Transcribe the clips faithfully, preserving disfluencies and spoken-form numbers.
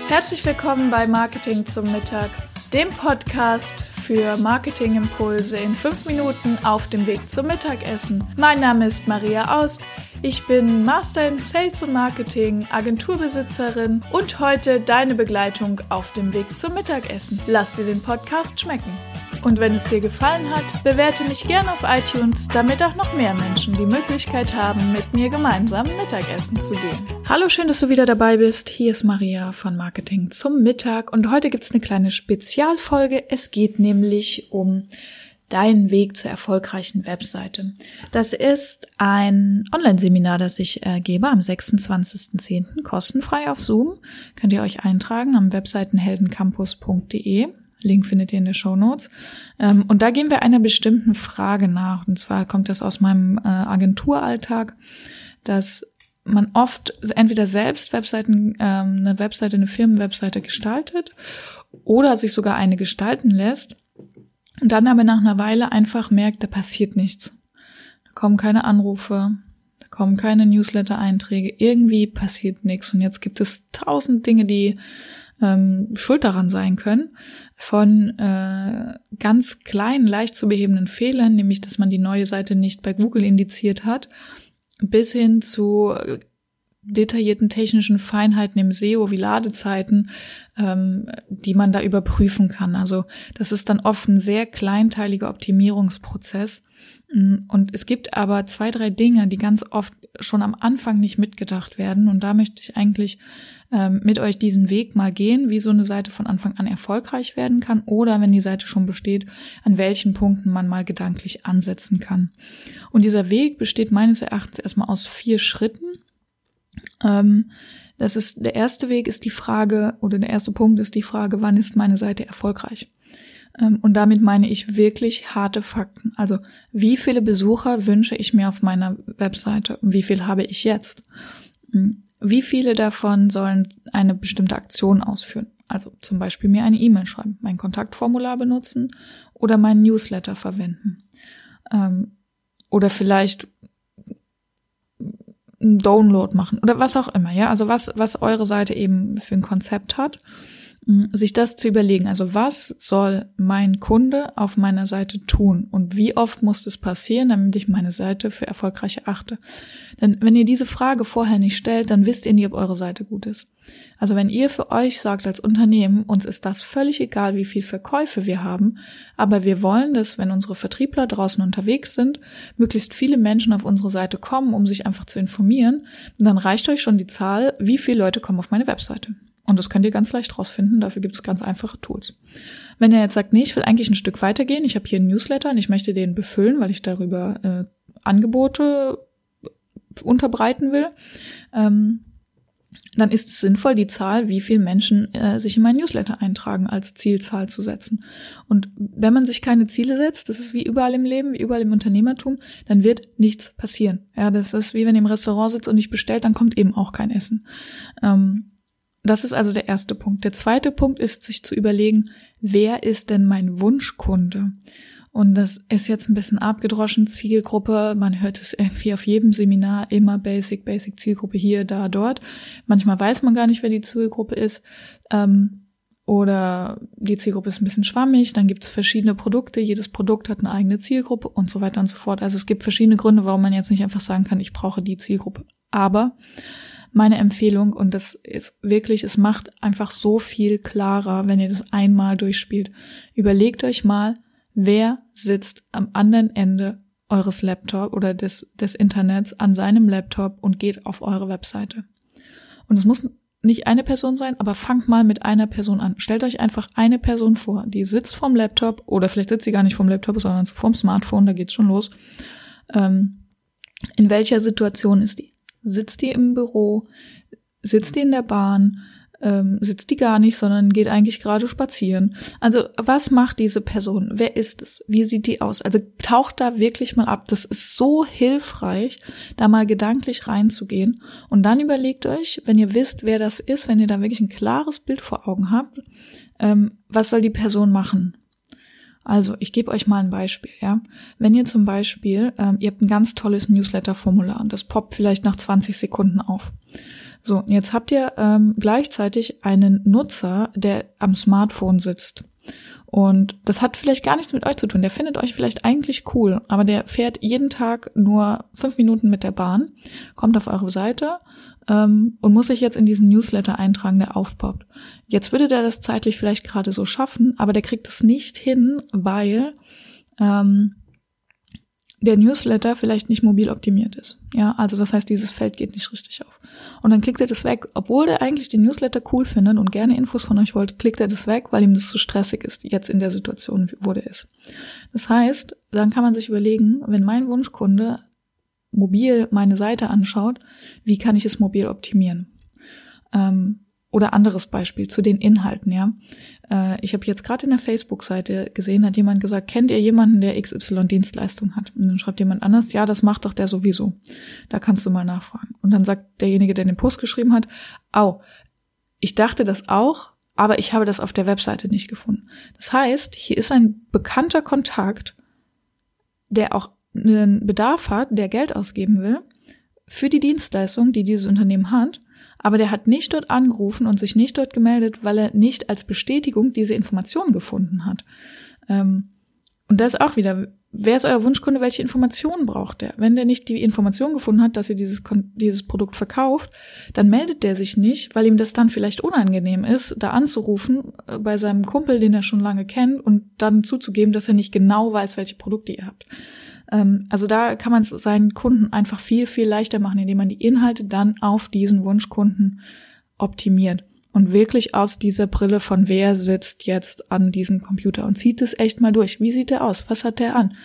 Herzlich willkommen bei Marketing zum Mittag, dem Podcast für Marketingimpulse in fünf Minuten auf dem Weg zum Mittagessen. Mein Name ist Maria Aust, ich bin Master in Sales und Marketing, Agenturbesitzerin und heute deine Begleitung auf dem Weg zum Mittagessen. Lass dir den Podcast schmecken. Und wenn es dir gefallen hat, bewerte mich gerne auf iTunes, damit auch noch mehr Menschen die Möglichkeit haben, mit mir gemeinsam Mittagessen zu gehen. Hallo, schön, dass du wieder dabei bist. Hier ist Maria von Marketing zum Mittag und heute gibt es eine kleine Spezialfolge. Es geht nämlich um deinen Weg zur erfolgreichen Webseite. Das ist ein Online-Seminar, das ich äh, gebe am sechsundzwanzigsten zehnten kostenfrei auf Zoom. Könnt ihr euch eintragen am webseitenheldencampus punkt de. Link findet ihr in den Shownotes. Ähm, und da gehen wir einer bestimmten Frage nach. Und zwar kommt das aus meinem äh, Agenturalltag, dass man oft entweder selbst Webseiten, ähm, eine Webseite, eine Firmenwebseite gestaltet oder sich sogar eine gestalten lässt und dann aber nach einer Weile einfach merkt, da passiert nichts. Da kommen keine Anrufe, da kommen keine Newsletter-Einträge, irgendwie passiert nichts. Und jetzt gibt es tausend Dinge, die ähm, schuld daran sein können, von äh, ganz kleinen, leicht zu behebenden Fehlern, nämlich dass man die neue Seite nicht bei Google indiziert hat, bis hin zu detaillierten technischen Feinheiten im S E O wie Ladezeiten, ähm, die man da überprüfen kann. Also das ist dann oft ein sehr kleinteiliger Optimierungsprozess. Und es gibt aber zwei, drei Dinge, die ganz oft schon am Anfang nicht mitgedacht werden. Und da möchte ich eigentlich ähm, mit euch diesen Weg mal gehen, wie so eine Seite von Anfang an erfolgreich werden kann oder wenn die Seite schon besteht, an welchen Punkten man mal gedanklich ansetzen kann. Und dieser Weg besteht meines Erachtens erstmal aus vier Schritten. Ähm, das ist, der erste Weg ist die Frage, oder der erste Punkt ist die Frage, wann ist meine Seite erfolgreich? Ähm, und damit meine ich wirklich harte Fakten. Also, wie viele Besucher wünsche ich mir auf meiner Webseite? Wie viel habe ich jetzt? Wie viele davon sollen eine bestimmte Aktion ausführen? Also zum Beispiel mir eine E-Mail schreiben, mein Kontaktformular benutzen oder meinen Newsletter verwenden. Ähm, oder vielleicht einen Download machen oder was auch immer, ja, also was was eure Seite eben für ein Konzept hat, sich das zu überlegen, also was soll mein Kunde auf meiner Seite tun und wie oft muss das passieren, damit ich meine Seite für erfolgreich erachte. Denn wenn ihr diese Frage vorher nicht stellt, dann wisst ihr nie, ob eure Seite gut ist. Also wenn ihr für euch sagt als Unternehmen, uns ist das völlig egal, wie viel Verkäufe wir haben, aber wir wollen, dass, wenn unsere Vertriebler draußen unterwegs sind, möglichst viele Menschen auf unsere Seite kommen, um sich einfach zu informieren, dann reicht euch schon die Zahl, wie viele Leute kommen auf meine Webseite. Und das könnt ihr ganz leicht rausfinden, dafür gibt es ganz einfache Tools. Wenn ihr jetzt sagt, nee, ich will eigentlich ein Stück weitergehen, ich habe hier einen Newsletter und ich möchte den befüllen, weil ich darüber äh, Angebote unterbreiten will, ähm, dann ist es sinnvoll, die Zahl, wie viele Menschen äh, sich in meinen Newsletter eintragen, als Zielzahl zu setzen. Und wenn man sich keine Ziele setzt, das ist wie überall im Leben, wie überall im Unternehmertum, dann wird nichts passieren. Ja, das ist wie wenn ihr im Restaurant sitzt und nicht bestellt, dann kommt eben auch kein Essen. Ähm, Das ist also der erste Punkt. Der zweite Punkt ist, sich zu überlegen, wer ist denn mein Wunschkunde? Und das ist jetzt ein bisschen abgedroschen, Zielgruppe. Man hört es irgendwie auf jedem Seminar immer Basic, Basic Zielgruppe hier, da, dort. Manchmal weiß man gar nicht, wer die Zielgruppe ist. Ähm, oder die Zielgruppe ist ein bisschen schwammig. Dann gibt es verschiedene Produkte. Jedes Produkt hat eine eigene Zielgruppe und so weiter und so fort. Also es gibt verschiedene Gründe, warum man jetzt nicht einfach sagen kann, ich brauche die Zielgruppe. Aber meine Empfehlung, und das ist wirklich, es macht einfach so viel klarer, wenn ihr das einmal durchspielt. Überlegt euch mal, wer sitzt am anderen Ende eures Laptops oder des, des Internets an seinem Laptop und geht auf eure Webseite. Und es muss nicht eine Person sein, aber fangt mal mit einer Person an. Stellt euch einfach eine Person vor, die sitzt vorm Laptop oder vielleicht sitzt sie gar nicht vorm Laptop, sondern vorm Smartphone, da geht's schon los. Ähm, in welcher Situation ist die? Sitzt die im Büro, sitzt die in der Bahn, ähm, sitzt die gar nicht, sondern geht eigentlich gerade spazieren. Also was macht diese Person? Wer ist es? Wie sieht die aus? Also taucht da wirklich mal ab. Das ist so hilfreich, da mal gedanklich reinzugehen. Und dann überlegt euch, wenn ihr wisst, wer das ist, wenn ihr da wirklich ein klares Bild vor Augen habt, ähm, was soll die Person machen? Also, ich gebe euch mal ein Beispiel, ja. Wenn ihr zum Beispiel, ähm, ihr habt ein ganz tolles Newsletter-Formular und das poppt vielleicht nach zwanzig Sekunden auf. So, jetzt habt ihr ähm, gleichzeitig einen Nutzer, der am Smartphone sitzt. Und das hat vielleicht gar nichts mit euch zu tun. Der findet euch vielleicht eigentlich cool, aber der fährt jeden Tag nur fünf Minuten mit der Bahn, kommt auf eure Seite ähm, und muss sich jetzt in diesen Newsletter eintragen, der aufpoppt. Jetzt würde der das zeitlich vielleicht gerade so schaffen, aber der kriegt es nicht hin, weil ähm, der Newsletter vielleicht nicht mobil optimiert ist. Ja, also das heißt, dieses Feld geht nicht richtig auf. Und dann klickt er das weg. Obwohl er eigentlich den Newsletter cool findet und gerne Infos von euch wollte, klickt er das weg, weil ihm das zu stressig ist, jetzt in der Situation, wo der ist. Das heißt, dann kann man sich überlegen, wenn mein Wunschkunde mobil meine Seite anschaut, wie kann ich es mobil optimieren? Ähm, Oder anderes Beispiel zu den Inhalten, ja. Äh, ich habe jetzt gerade in der Facebook-Seite gesehen, hat jemand gesagt, kennt ihr jemanden, der X Y-Dienstleistung hat? Und dann schreibt jemand anders, ja, das macht doch der sowieso. Da kannst du mal nachfragen. Und dann sagt derjenige, der den Post geschrieben hat, au, ich dachte das auch, aber ich habe das auf der Webseite nicht gefunden. Das heißt, hier ist ein bekannter Kontakt, der auch einen Bedarf hat, der Geld ausgeben will für die Dienstleistung, die dieses Unternehmen hat, aber der hat nicht dort angerufen und sich nicht dort gemeldet, weil er nicht als Bestätigung diese Information gefunden hat. Ähm, und da ist auch wieder, wer ist euer Wunschkunde, welche Informationen braucht der? Wenn der nicht die Information gefunden hat, dass ihr dieses, dieses Produkt verkauft, dann meldet der sich nicht, weil ihm das dann vielleicht unangenehm ist, da anzurufen bei seinem Kumpel, den er schon lange kennt, und dann zuzugeben, dass er nicht genau weiß, welche Produkte ihr habt. Also da kann man es seinen Kunden einfach viel, viel leichter machen, indem man die Inhalte dann auf diesen Wunschkunden optimiert und wirklich aus dieser Brille von wer sitzt jetzt an diesem Computer und zieht es echt mal durch. Wie sieht der aus? Was hat der an?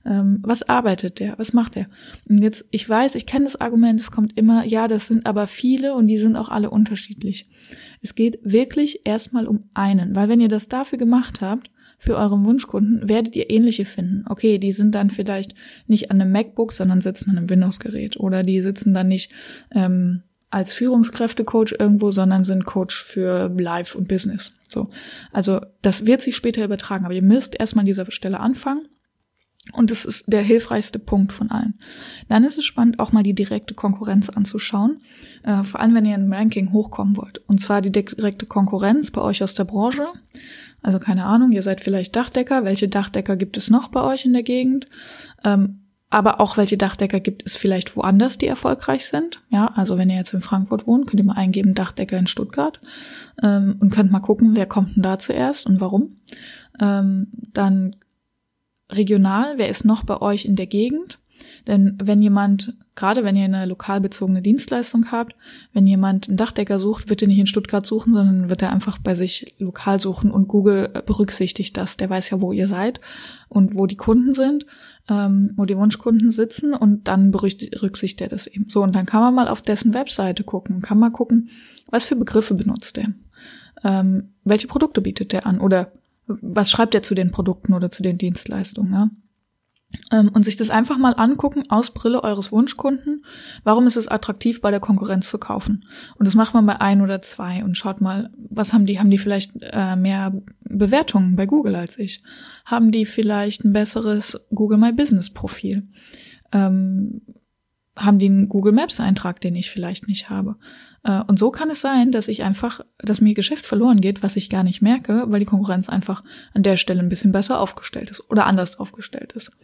Was arbeitet der? Was macht der? Und jetzt, ich weiß, ich kenne das Argument, es kommt immer, ja, das sind aber viele und die sind auch alle unterschiedlich. Es geht wirklich erstmal um einen, weil wenn ihr das dafür gemacht habt, für euren Wunschkunden, werdet ihr ähnliche finden. Okay, die sind dann vielleicht nicht an einem MacBook, sondern sitzen an einem Windows-Gerät. Oder die sitzen dann nicht ähm, als Führungskräftecoach irgendwo, sondern sind Coach für Life und Business. So, also das wird sich später übertragen. Aber ihr müsst erstmal an dieser Stelle anfangen. Und das ist der hilfreichste Punkt von allen. Dann ist es spannend, auch mal die direkte Konkurrenz anzuschauen. Äh, vor allem, wenn ihr im Ranking hochkommen wollt. Und zwar die direkte Konkurrenz bei euch aus der Branche. Also keine Ahnung, ihr seid vielleicht Dachdecker. Welche Dachdecker gibt es noch bei euch in der Gegend? Ähm, aber auch welche Dachdecker gibt es vielleicht woanders, die erfolgreich sind? Ja, also wenn ihr jetzt in Frankfurt wohnt, könnt ihr mal eingeben Dachdecker in Stuttgart ähm, und könnt mal gucken, wer kommt denn da zuerst und warum. Ähm, dann regional, wer ist noch bei euch in der Gegend? Denn wenn jemand, gerade wenn ihr eine lokal bezogene Dienstleistung habt, wenn jemand einen Dachdecker sucht, wird er nicht in Stuttgart suchen, sondern wird er einfach bei sich lokal suchen und Google berücksichtigt das. Der weiß ja, wo ihr seid und wo die Kunden sind, ähm, wo die Wunschkunden sitzen und dann berücksichtigt er das eben. So, und dann kann man mal auf dessen Webseite gucken, kann mal gucken, was für Begriffe benutzt er, ähm, welche Produkte bietet er an oder was schreibt er zu den Produkten oder zu den Dienstleistungen, ja? Und sich das einfach mal angucken aus Brille eures Wunschkunden. Warum ist es attraktiv, bei der Konkurrenz zu kaufen? Und das macht man bei ein oder zwei und schaut mal, was haben die? Haben die vielleicht äh, mehr Bewertungen bei Google als ich? Haben die vielleicht ein besseres Google My Business Profil? Ähm, haben die einen Google Maps Eintrag, den ich vielleicht nicht habe? Äh, und so kann es sein, dass ich einfach, dass mir Geschäft verloren geht, was ich gar nicht merke, weil die Konkurrenz einfach an der Stelle ein bisschen besser aufgestellt ist oder anders aufgestellt ist.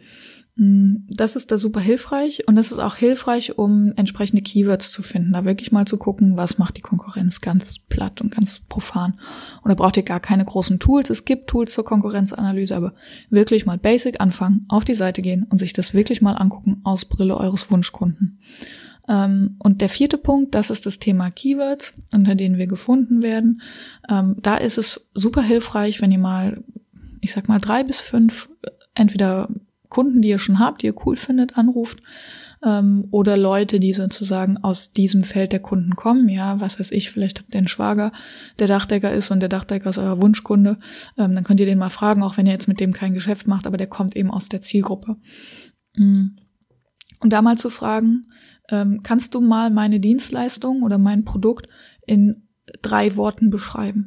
Das ist da super hilfreich und das ist auch hilfreich, um entsprechende Keywords zu finden, da wirklich mal zu gucken, was macht die Konkurrenz, ganz platt und ganz profan. Und da braucht ihr gar keine großen Tools, es gibt Tools zur Konkurrenzanalyse, aber wirklich mal basic anfangen, auf die Seite gehen und sich das wirklich mal angucken aus Brille eures Wunschkunden. Und der vierte Punkt, das ist das Thema Keywords, unter denen wir gefunden werden. Da ist es super hilfreich, wenn ihr mal, ich sag mal, drei bis fünf entweder Kunden, die ihr schon habt, die ihr cool findet, anruft, ähm, oder Leute, die sozusagen aus diesem Feld der Kunden kommen, ja, was weiß ich, vielleicht habt ihr einen Schwager, der Dachdecker ist und der Dachdecker ist euer Wunschkunde, ähm, dann könnt ihr den mal fragen, auch wenn ihr jetzt mit dem kein Geschäft macht, aber der kommt eben aus der Zielgruppe. Und da mal zu fragen, ähm, kannst du mal meine Dienstleistung oder mein Produkt in drei Worten beschreiben?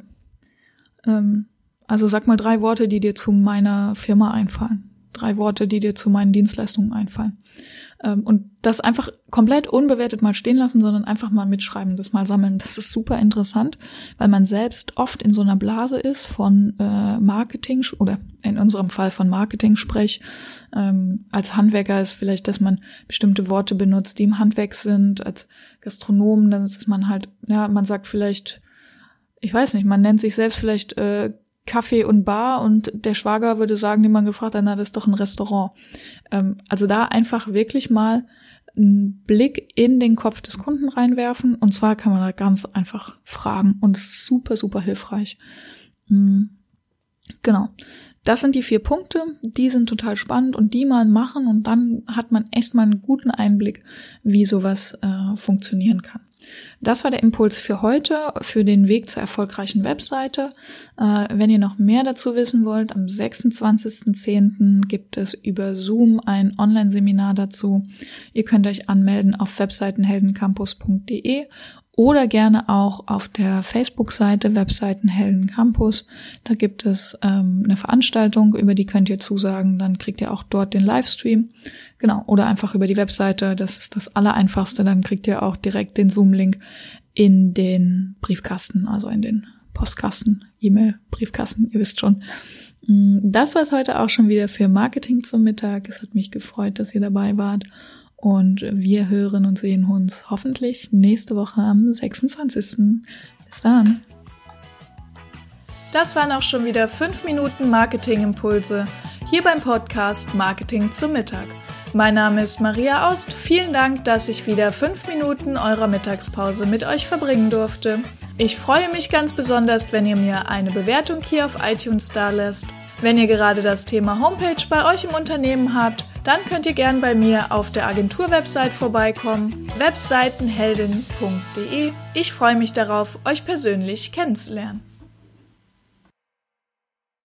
Ähm, also sag mal drei Worte, die dir zu meiner Firma einfallen. Drei Worte, die dir zu meinen Dienstleistungen einfallen. Und das einfach komplett unbewertet mal stehen lassen, sondern einfach mal mitschreiben, das mal sammeln. Das ist super interessant, weil man selbst oft in so einer Blase ist von äh, Marketing oder in unserem Fall von Marketing-Sprech. Ähm, als Handwerker ist vielleicht, dass man bestimmte Worte benutzt, die im Handwerk sind. Als Gastronom, dann ist man halt, ja, man sagt vielleicht, ich weiß nicht, man nennt sich selbst vielleicht äh, Kaffee und Bar und der Schwager würde sagen, den man gefragt hat, na, das ist doch ein Restaurant. Ähm, also da einfach wirklich mal einen Blick in den Kopf des Kunden reinwerfen und zwar kann man da ganz einfach fragen und es ist super, super hilfreich. Mhm. Genau. Das sind die vier Punkte, die sind total spannend und die mal machen und dann hat man echt mal einen guten Einblick, wie sowas äh, funktionieren kann. Das war der Impuls für heute, für den Weg zur erfolgreichen Webseite. Äh, wenn ihr noch mehr dazu wissen wollt, am sechsundzwanzigsten zehnten gibt es über Zoom ein Online-Seminar dazu. Ihr könnt euch anmelden auf webseitenheldencampus punkt de oder gerne auch auf der Facebook-Seite Webseitenhelden Campus. Da gibt es ähm, eine Veranstaltung, über die könnt ihr zusagen, dann kriegt ihr auch dort den Livestream. Genau, oder einfach über die Webseite, das ist das Allereinfachste, dann kriegt ihr auch direkt den Zoom-Link in den Briefkasten, also in den Postkasten, E-Mail, Briefkasten, ihr wisst schon. Das war es heute auch schon wieder für Marketing zum Mittag. Es hat mich gefreut, dass ihr dabei wart. Und wir hören und sehen uns hoffentlich nächste Woche am sechsundzwanzigsten Bis dann. Das waren auch schon wieder fünf Minuten Marketing-Impulse hier beim Podcast Marketing zum Mittag. Mein Name ist Maria Aust. Vielen Dank, dass ich wieder fünf Minuten eurer Mittagspause mit euch verbringen durfte. Ich freue mich ganz besonders, wenn ihr mir eine Bewertung hier auf iTunes dalässt. Wenn ihr gerade das Thema Homepage bei euch im Unternehmen habt, dann könnt ihr gern bei mir auf der Agentur-Website vorbeikommen, webseitenhelden punkt de. Ich freue mich darauf, euch persönlich kennenzulernen.